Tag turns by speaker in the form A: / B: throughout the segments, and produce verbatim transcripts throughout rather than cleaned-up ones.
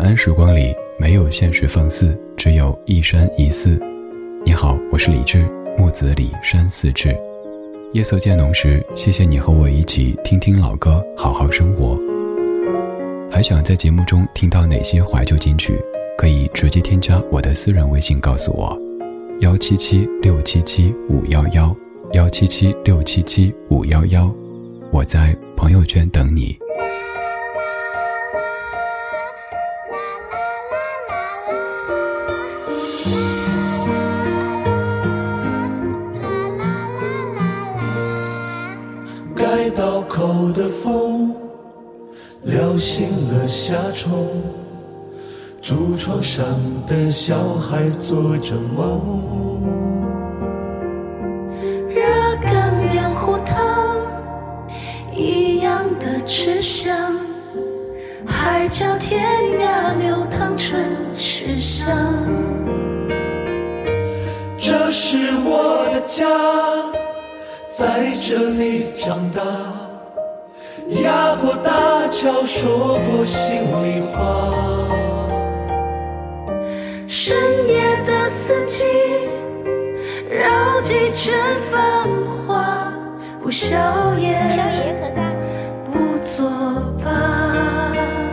A: 安时光里没有现实放肆，只有一山一寺。你好，我是李志，木子李山寺志。夜色渐浓时，谢谢你和我一起听听老歌，好好生活。还想在节目中听到哪些怀旧金曲，可以直接添加我的私人微信告诉我，幺七七六七七五幺幺，幺七七六七七五幺幺，我在朋友圈等你。
B: 该道口的风撩醒了夏虫，竹床上的小孩做着梦，
C: 热干面糊汤一样的吃香，海角天涯流淌春时香。
B: 这是我的家，在这里长大，压过大桥，说过心里话。
C: 深夜的四季，绕几圈繁华，不宵夜，
D: 宵夜可在，
C: 不作罢。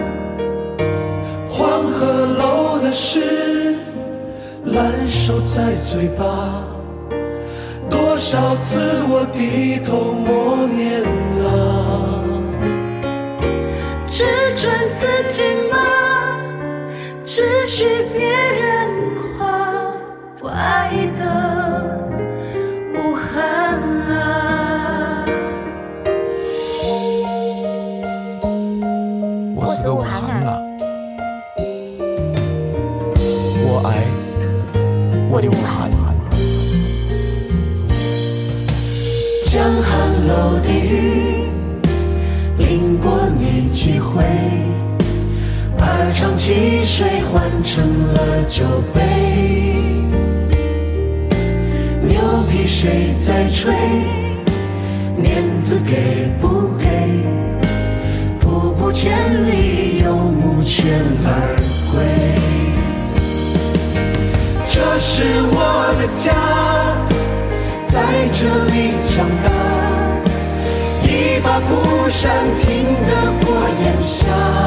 B: 黄鹤楼的诗，烂熟在嘴巴，多少次我低头默念啊，
C: 只准自己骂，只许别人夸，我爱的武汉啊。
E: 我是个武汉啊，我爱我的武汉。
B: 江汉楼的雨淋过你几回，二厂汽水换成了酒杯，牛皮谁在吹，面子给不给，瀑布千里游牧犬儿归。这是我的家，在这里长大，一把蒲扇听得过炎夏，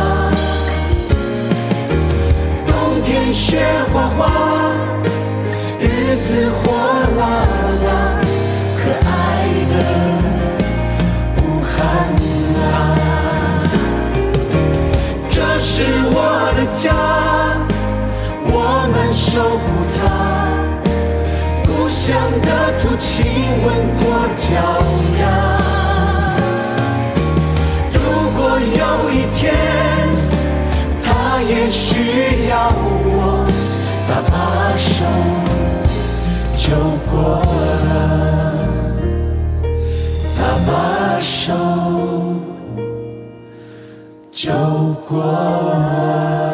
B: 冬天雪花花，日子火辣辣，可爱的武汉啊。这是我的家，我们守护它，故乡的土亲吻过脚丫。如果有一天他也需要我，他把手就过了，他把手就过了。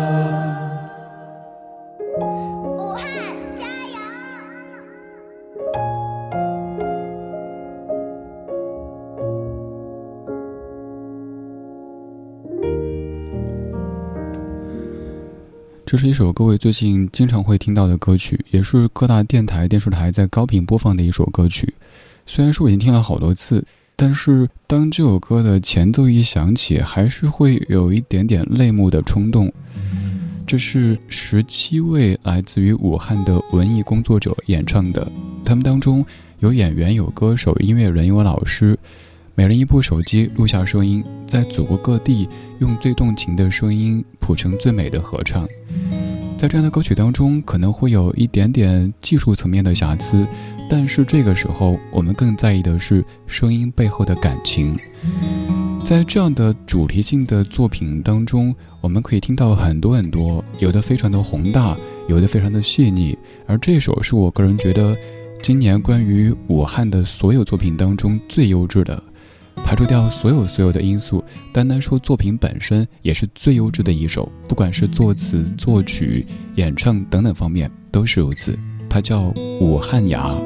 A: 这是一首各位最近经常会听到的歌曲，也是各大电台电视台在高频播放的一首歌曲。虽然说我已经听了好多次，但是当这首歌的前奏一响起，还是会有一点点泪目的冲动。这是十七位来自于武汉的文艺工作者演唱的，他们当中有演员、有歌手、音乐人、有老师，每人一部手机录下声音，在祖国各地用最动情的声音谱成最美的合唱。在这样的歌曲当中，可能会有一点点技术层面的瑕疵，但是这个时候我们更在意的是声音背后的感情。在这样的主题性的作品当中，我们可以听到很多很多，有的非常的宏大，有的非常的细腻，而这首是我个人觉得今年关于武汉的所有作品当中最优质的，排除掉所有所有的因素，单单说作品本身也是最优质的一首，不管是作词、作曲、演唱等等方面都是如此。它叫武汉伢。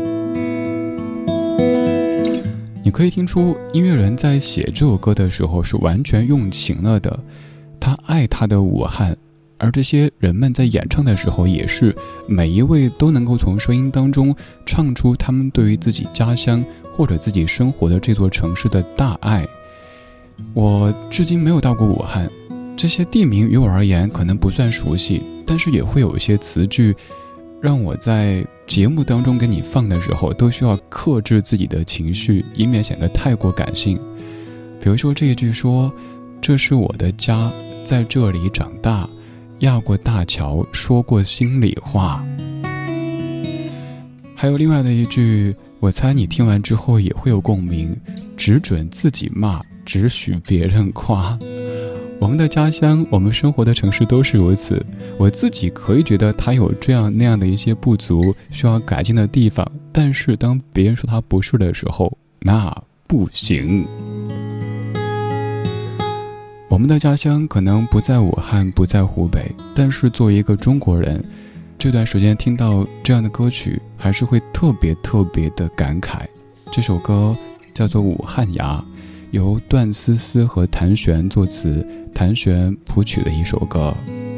A: 你可以听出音乐人在写这首歌的时候是完全用情了的，他爱他的武汉， 而这些人们在演唱的时候，也是每一位都能够从声音当中唱出他们对于自己家乡或者自己生活的这座城市的大爱。我至今没有到过武汉，这些地名于我而言可能不算熟悉，但是也会有一些词句让我在节目当中给你放的时候都需要克制自己的情绪，以免显得太过感性。比如说这一句说，这是我的家，在这里长大，压过大桥，说过心里话。还有另外的一句，我猜你听完之后也会有共鸣，只准自己骂，只许别人夸。我们的家乡，我们生活的城市都是如此，我自己可以觉得它有这样那样的一些不足，需要改进的地方，但是当别人说它不是的时候，那不行。我们的家乡可能不在武汉，不在湖北，但是作为一个中国人，这段时间听到这样的歌曲，还是会特别特别的感慨。这首歌叫做《武汉伢》，由段思思和谭旋作词，谭旋谱曲的一首歌。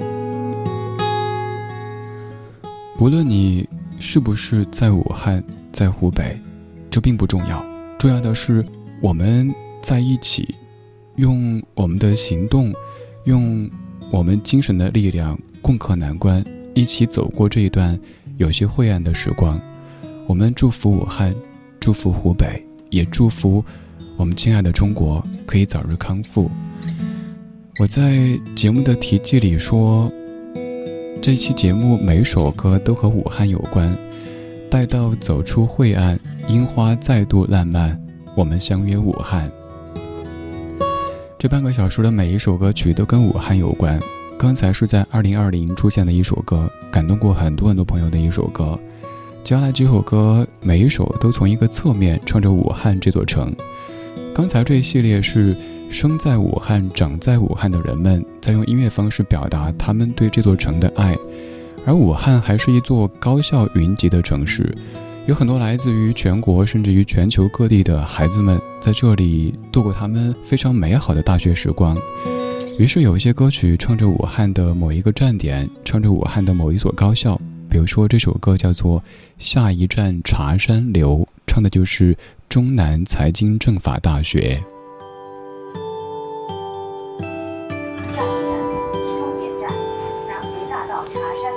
A: 无论你是不是在武汉，在湖北，这并不重要，重要的是我们在一起，用我们的行动，用我们精神的力量共克难关，一起走过这一段有些灰暗的时光。我们祝福武汉，祝福湖北，也祝福我们亲爱的中国可以早日康复。我在节目的题记里说，这期节目每首歌都和武汉有关。待到走出晦暗，樱花再度烂漫，我们相约武汉。这半个小时的每一首歌曲都跟武汉有关。刚才是在二零二零出现的一首歌，感动过很多很多朋友的一首歌。接下来几首歌每一首都从一个侧面唱着武汉这座城。刚才这一系列是生在武汉长在武汉的人们在用音乐方式表达他们对这座城的爱，而武汉还是一座高校云集的城市，有很多来自于全国甚至于全球各地的孩子们在这里度过他们非常美好的大学时光。于是有一些歌曲唱着武汉的某一个站点，唱着武汉的某一所高校，比如说这首歌叫做《下一站茶山流》，唱的就是中南财经政法大学。
D: 下一站终点站南湖大道茶山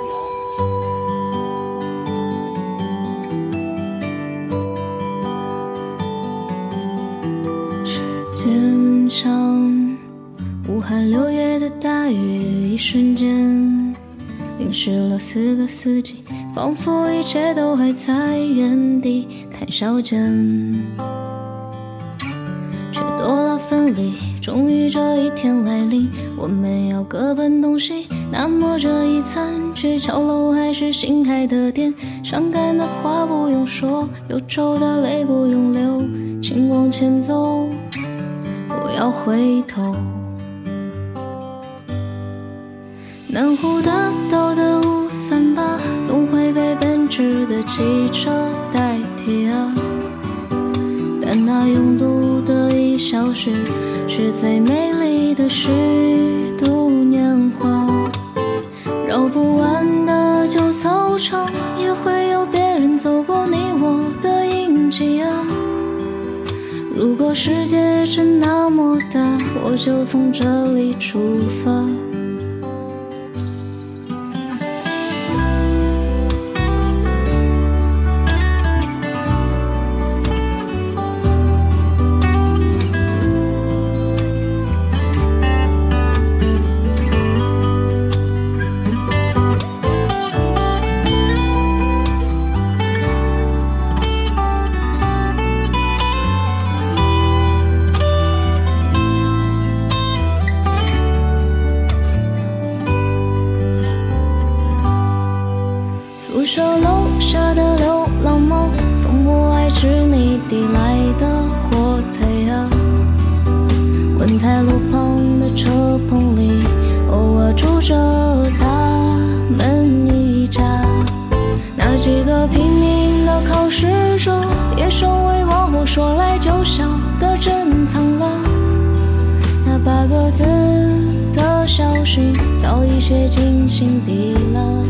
C: 流。时间上武汉六月的大雨，一瞬间淋湿了四个四季，仿佛一切都还在原地谈笑间，却多了分离。终于这一天来临，我们要各奔东西，那么这一餐去桥楼还是新开的店，伤感的话不用说，忧愁的泪不用流，请往前走，不要回头。南湖大道的五三八总会被奔驰的汽车代替啊，但那拥堵的一小时是最美丽的虚度年华。绕不完的旧操场也会有别人走过你我的印记啊，如果世界真那么大，我就从这里出发。宿舍楼下的流浪猫从不爱吃你递来的火腿啊，文泰路旁的车棚里偶尔住着他们一家，那几个拼命的考试者也成为往后说来就笑的珍藏了，那八个字的消息早已写进心底了。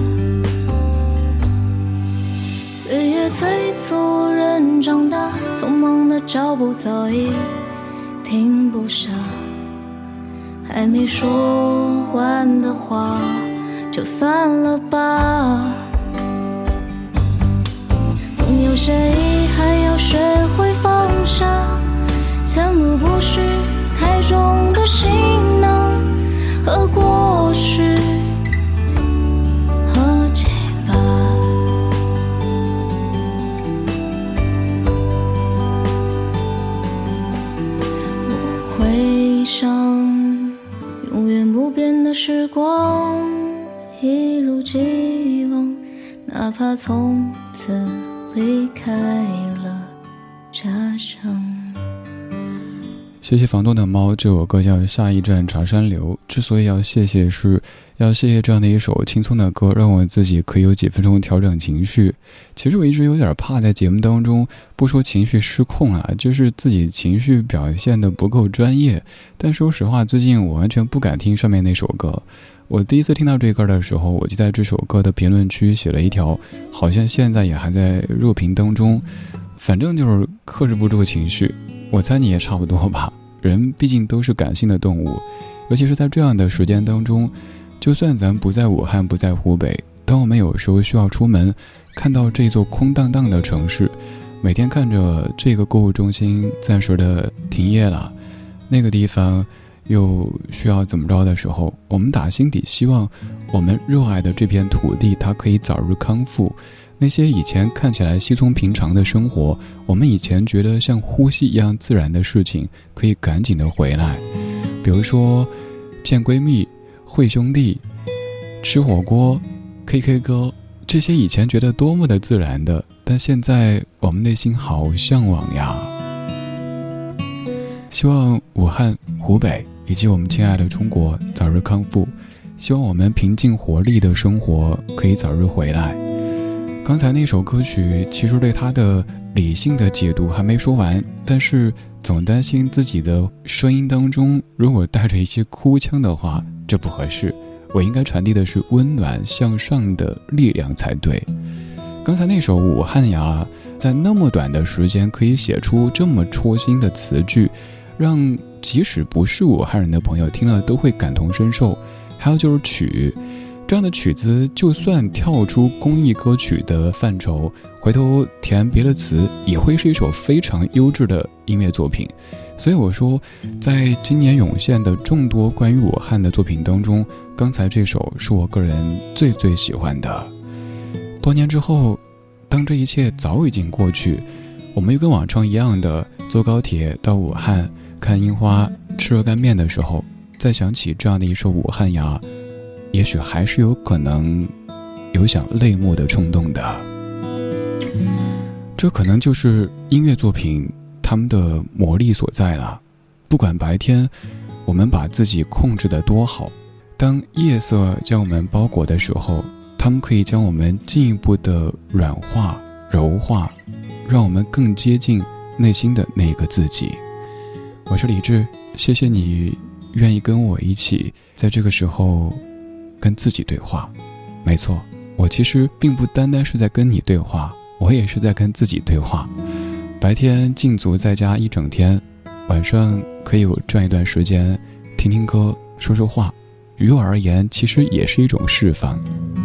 C: 岁月催促人长大，匆忙的脚步早已停不下，还没说完的话就算了吧。总有些遗憾要学会放下，前路不需太重的行囊和过去和解吧。我会想永远不变的时光一如既往，哪怕从此离开了家乡。
A: 谢谢房东的猫这首歌叫《下一站茶山流》，之所以要谢谢，是要谢谢这样的一首轻松的歌，让我自己可以有几分钟调整情绪。其实我一直有点怕在节目当中不说情绪失控啊，就是自己情绪表现的不够专业。但说实话，最近我完全不敢听上面那首歌。我第一次听到这歌的时候，我就在这首歌的评论区写了一条，好像现在也还在热评当中，反正就是克制不住情绪。我猜你也差不多吧，人毕竟都是感性的动物，尤其是在这样的时间当中，就算咱不在武汉不在湖北，当我们有时候需要出门，看到这座空荡荡的城市，每天看着这个购物中心暂时的停业了，那个地方又需要怎么着的时候，我们打心底希望我们热爱的这片土地它可以早日康复，那些以前看起来稀松平常的生活，我们以前觉得像呼吸一样自然的事情，可以赶紧的回来。比如说见闺蜜、会兄弟、吃火锅、K K 歌，这些以前觉得多么的自然的，但现在我们内心好向往呀。希望武汉、湖北以及我们亲爱的中国早日康复，希望我们平静活力的生活可以早日回来。刚才那首歌曲其实对它的理性的解读还没说完，但是总担心自己的声音当中如果带着一些哭腔的话，这不合适，我应该传递的是温暖向上的力量才对。刚才那首武汉呀，在那么短的时间可以写出这么戳心的词句，让即使不是武汉人的朋友听了都会感同身受。还有就是曲，这样的曲子就算跳出公益歌曲的范畴，回头填别的词也会是一首非常优质的音乐作品。所以我说，在今年涌现的众多关于武汉的作品当中，刚才这首是我个人最最喜欢的。多年之后，当这一切早已经过去，我们又跟往常一样的坐高铁到武汉看樱花、吃热干面的时候，再想起这样的一首武汉呀，也许还是有可能有想泪目的冲动的。这可能就是音乐作品他们的魔力所在了。不管白天我们把自己控制得多好，当夜色将我们包裹的时候，他们可以将我们进一步的软化、柔化，让我们更接近内心的那个自己。我是李志，谢谢你愿意跟我一起在这个时候跟自己对话。没错，我其实并不单单是在跟你对话，我也是在跟自己对话。白天禁足在家一整天，晚上可以有这样一段时间听听歌、说说话，于我而言其实也是一种释放。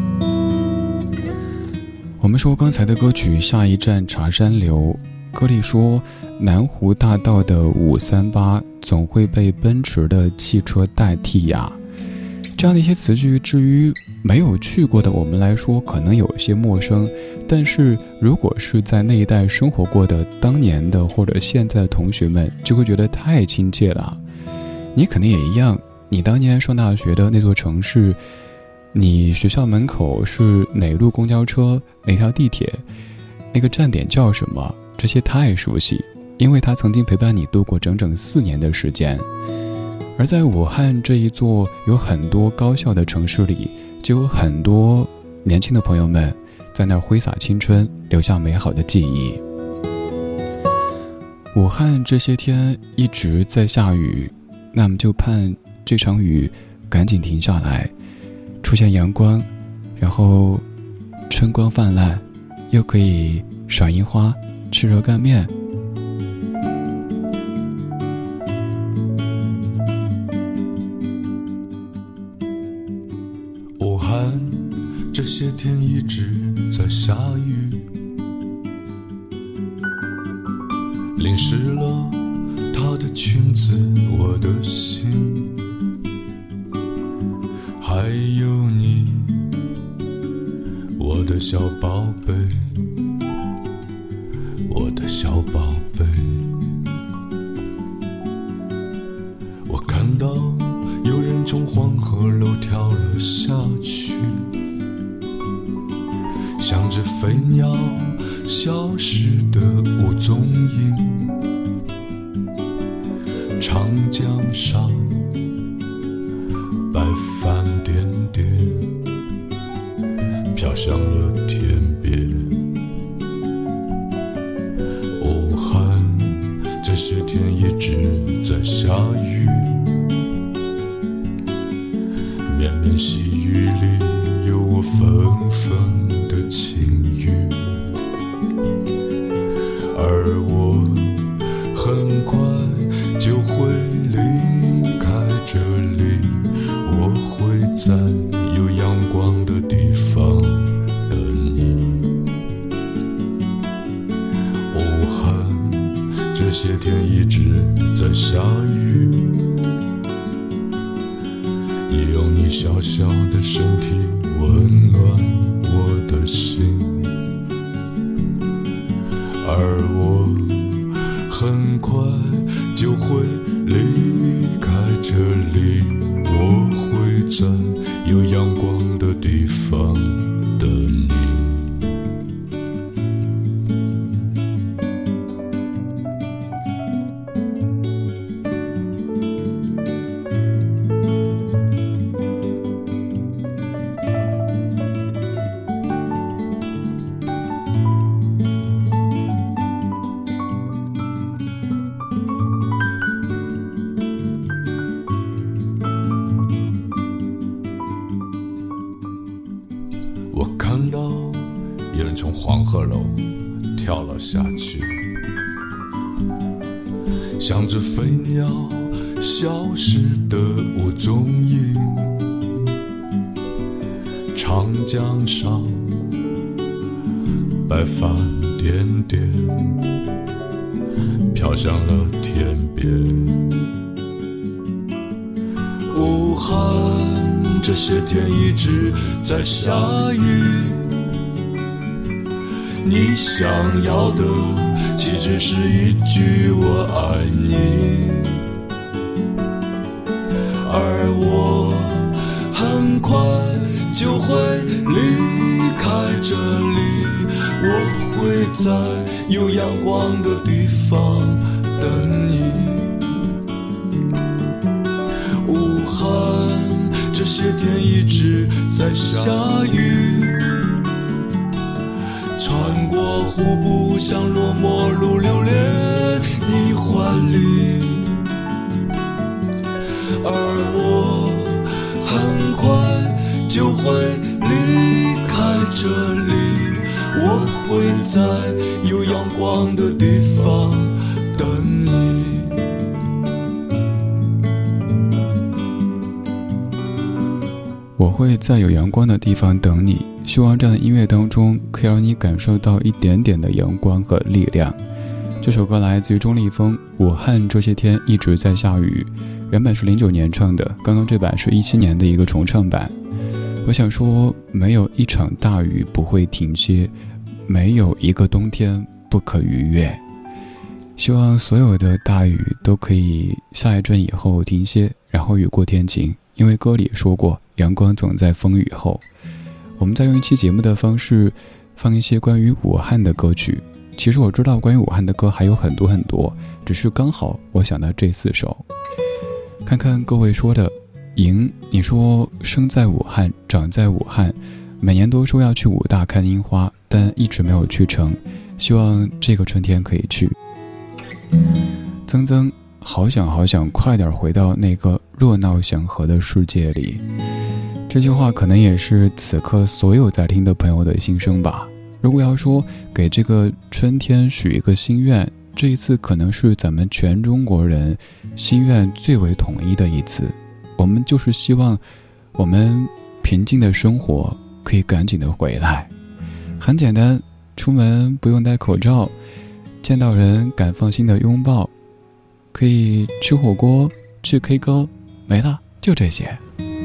A: 我们说刚才的歌曲《下一站茶山流》，歌里说南湖大道的五三八总会被奔驰的汽车代替呀。这样的一些词句，至于没有去过的我们来说可能有些陌生，但是如果是在那一带生活过的当年的或者现在的同学们，就会觉得太亲切了。你肯定也一样，你当年上大学的那座城市，你学校门口是哪路公交车，哪条地铁，那个站点叫什么，这些太熟悉，因为它曾经陪伴你度过整整四年的时间。而在武汉这一座有很多高校的城市里，就有很多年轻的朋友们在那儿挥洒青春，留下美好的记忆。武汉这些天一直在下雨，那么就盼这场雨赶紧停下来，出现阳光，然后春光泛滥，又可以赏樱花，吃热干面。
F: 武汉这些天一直在下雨，淋湿了她的裙子，我的心，还有你，我的小宝贝，我的小宝贝。我看到有人从黄河楼跳了下去，像只飞鸟消失得无踪影。长江上白帆点点，飘向了天边。武汉这些天一直在下雨，绵绵细雨里有我纷纷的情语，而我很快就会离开这里，我会在有阳光的地方等你。武汉这些天一直在下雨，也有你小小的身体温暖我的心，而我很快就会离开这里，我会在有阳光的地方等你。我看到有人从黄河楼跳了下去，像只飞鸟消失得无踪影。长江上白帆点点，飘向了天边。武汉这些天一直在下雨，你想要的岂只是一句我爱你，而我很快就会离开这里，我会在有阳光的地方等你。武汉这些天一直在下雨，穿过湖泊像落寞如留恋你怀里，而我很快就会离开这里，我会在有阳光的地方等你。
A: 我会在有阳光的地方等你，希望这样的音乐当中可以让你感受到一点点的阳光和力量。这首歌来自于钟立风，武汉这些天一直在下雨，原本是零九年唱的，刚刚这版是一七年的一个重唱版。我想说，没有一场大雨不会停歇，没有一个冬天不可逾越。希望所有的大雨都可以下一阵以后停歇，然后雨过天晴，因为歌里说过阳光总在风雨后。我们再用一期节目的方式放一些关于武汉的歌曲，其实我知道关于武汉的歌还有很多很多，只是刚好我想到这四首。看看各位说的，莹，你说生在武汉长在武汉，每年都说要去武大看樱花，但一直没有去成，希望这个春天可以去。曾曾好想好想快点回到那个热闹祥和的世界里。这句话可能也是此刻所有在听的朋友的心声吧。如果要说给这个春天许一个心愿，这一次可能是咱们全中国人心愿最为统一的一次。我们就是希望我们平静的生活可以赶紧的回来。很简单，出门不用戴口罩，见到人敢放心的拥抱，可以吃火锅去 K 歌，没了，就这些。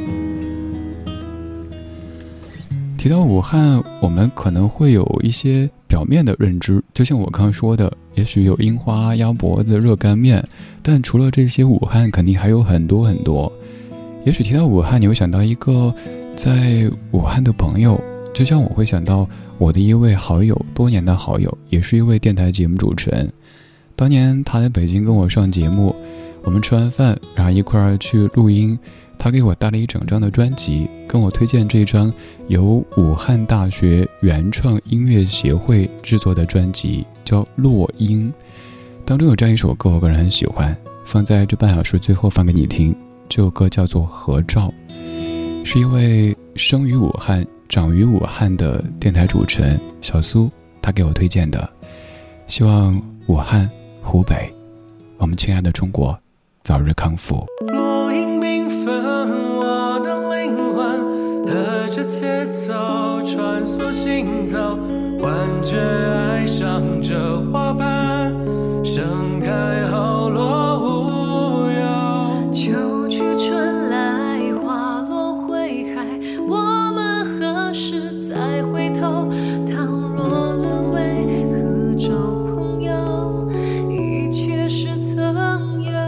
A: 提到武汉，我们可能会有一些表面的认知，就像我刚刚说的，也许有樱花、鸭脖子、热干面，但除了这些，武汉肯定还有很多很多。也许提到武汉，你会想到一个在武汉的朋友，就像我会想到我的一位好友，多年的好友，也是一位电台节目主持人。当年他在北京跟我上节目，我们吃完饭，然后一块儿去录音，他给我带了一整张的专辑，跟我推荐这张由武汉大学原创音乐协会制作的专辑，叫《落英》。当中有这样一首歌，我个人很喜欢，放在这半小时最后放给你听。这首歌叫做《合照》，是一位生于武汉、长于武汉的电台主持人小苏，他给我推荐的。希望武汉、湖北，我们亲爱的中国，早日康复。
B: 落英缤纷，我的灵魂和着节奏穿梭行走，幻觉爱上这花瓣，盛开后落无忧。
G: 秋去春来，花落会开，我们何时再回头？倘若沦为合照朋友，一切是曾有。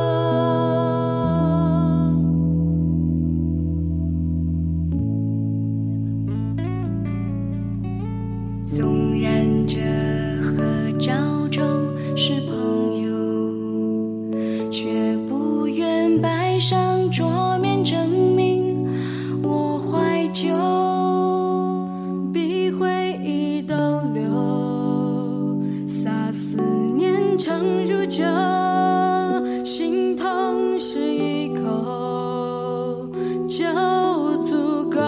G: 纵然这合照中是朋友，却不愿摆上桌面证明我怀旧，逼回忆倒流，洒思念成如酒，心痛是一口就足够。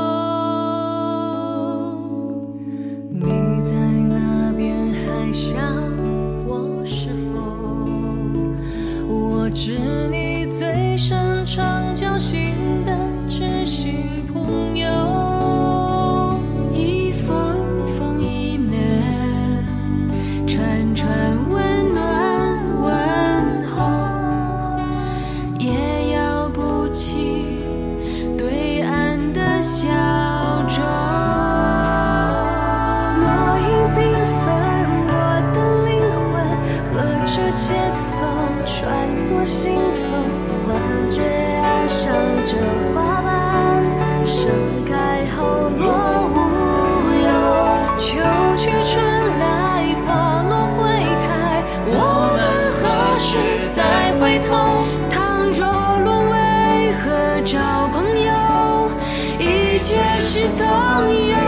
G: 你在那边还想我是否？我知你最擅长交心的知心朋友，一封封 email， 串串温暖问候，也要不起对岸的小舟。落英缤纷，我的灵魂和着节奏穿梭行走，幻觉爱上这花瓣，盛开后落无忧。秋去春来，花落会开，我们何时再回头？倘若沦为合照朋友，一切是曾有。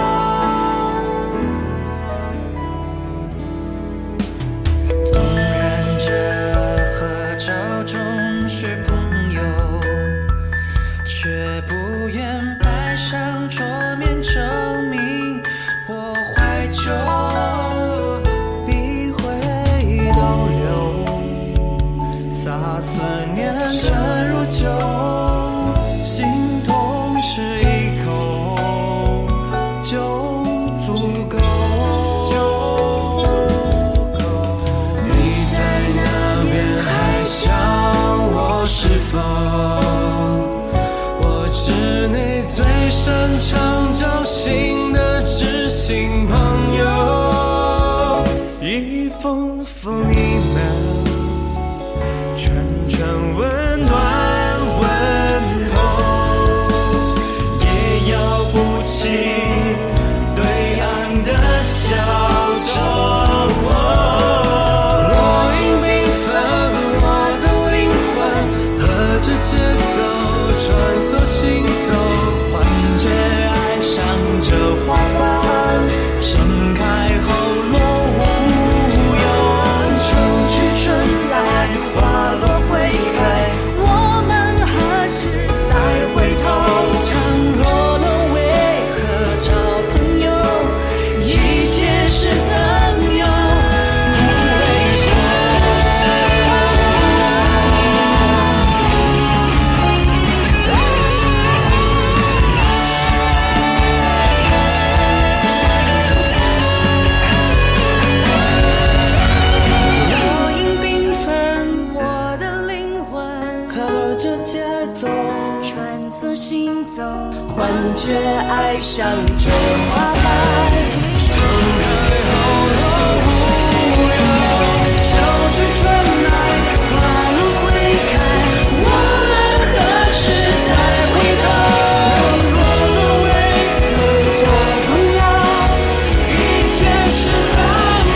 B: 纵然这合照中是朋友，却不愿摆上桌面证明我怀旧，逼回倒流，洒思念沉如酒，心痛是一口就足够。你在那边还想我是否？我知你最擅长交心的知心朋友，一封封 email， 串串温暖问候，也要不起对岸的小舟。落英缤纷，我的灵魂和着节奏穿梭行走，幻觉爱上这花瓣，盛开后落无忧。秋去春来，花
G: 色行走，幻觉爱上这花瓣。盛开后若无恙，就去春来，花鹿会开，我们何时才回头？若若为何这不要，一切是苍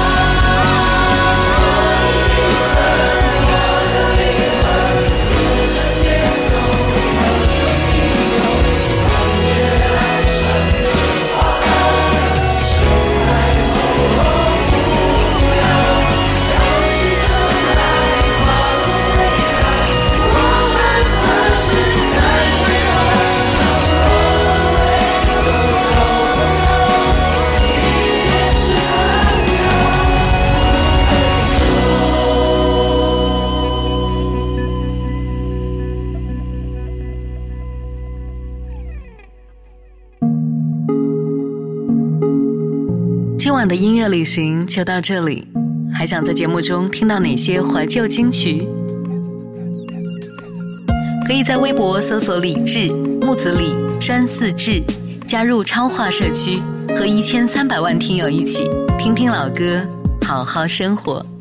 H: 今晚的音乐旅行就到这里，还想在节目中听到哪些怀旧金曲？可以在微博搜索李志、木子李、山寺志，加入超话社区，和一千三百万听友一起听听老歌，好好生活。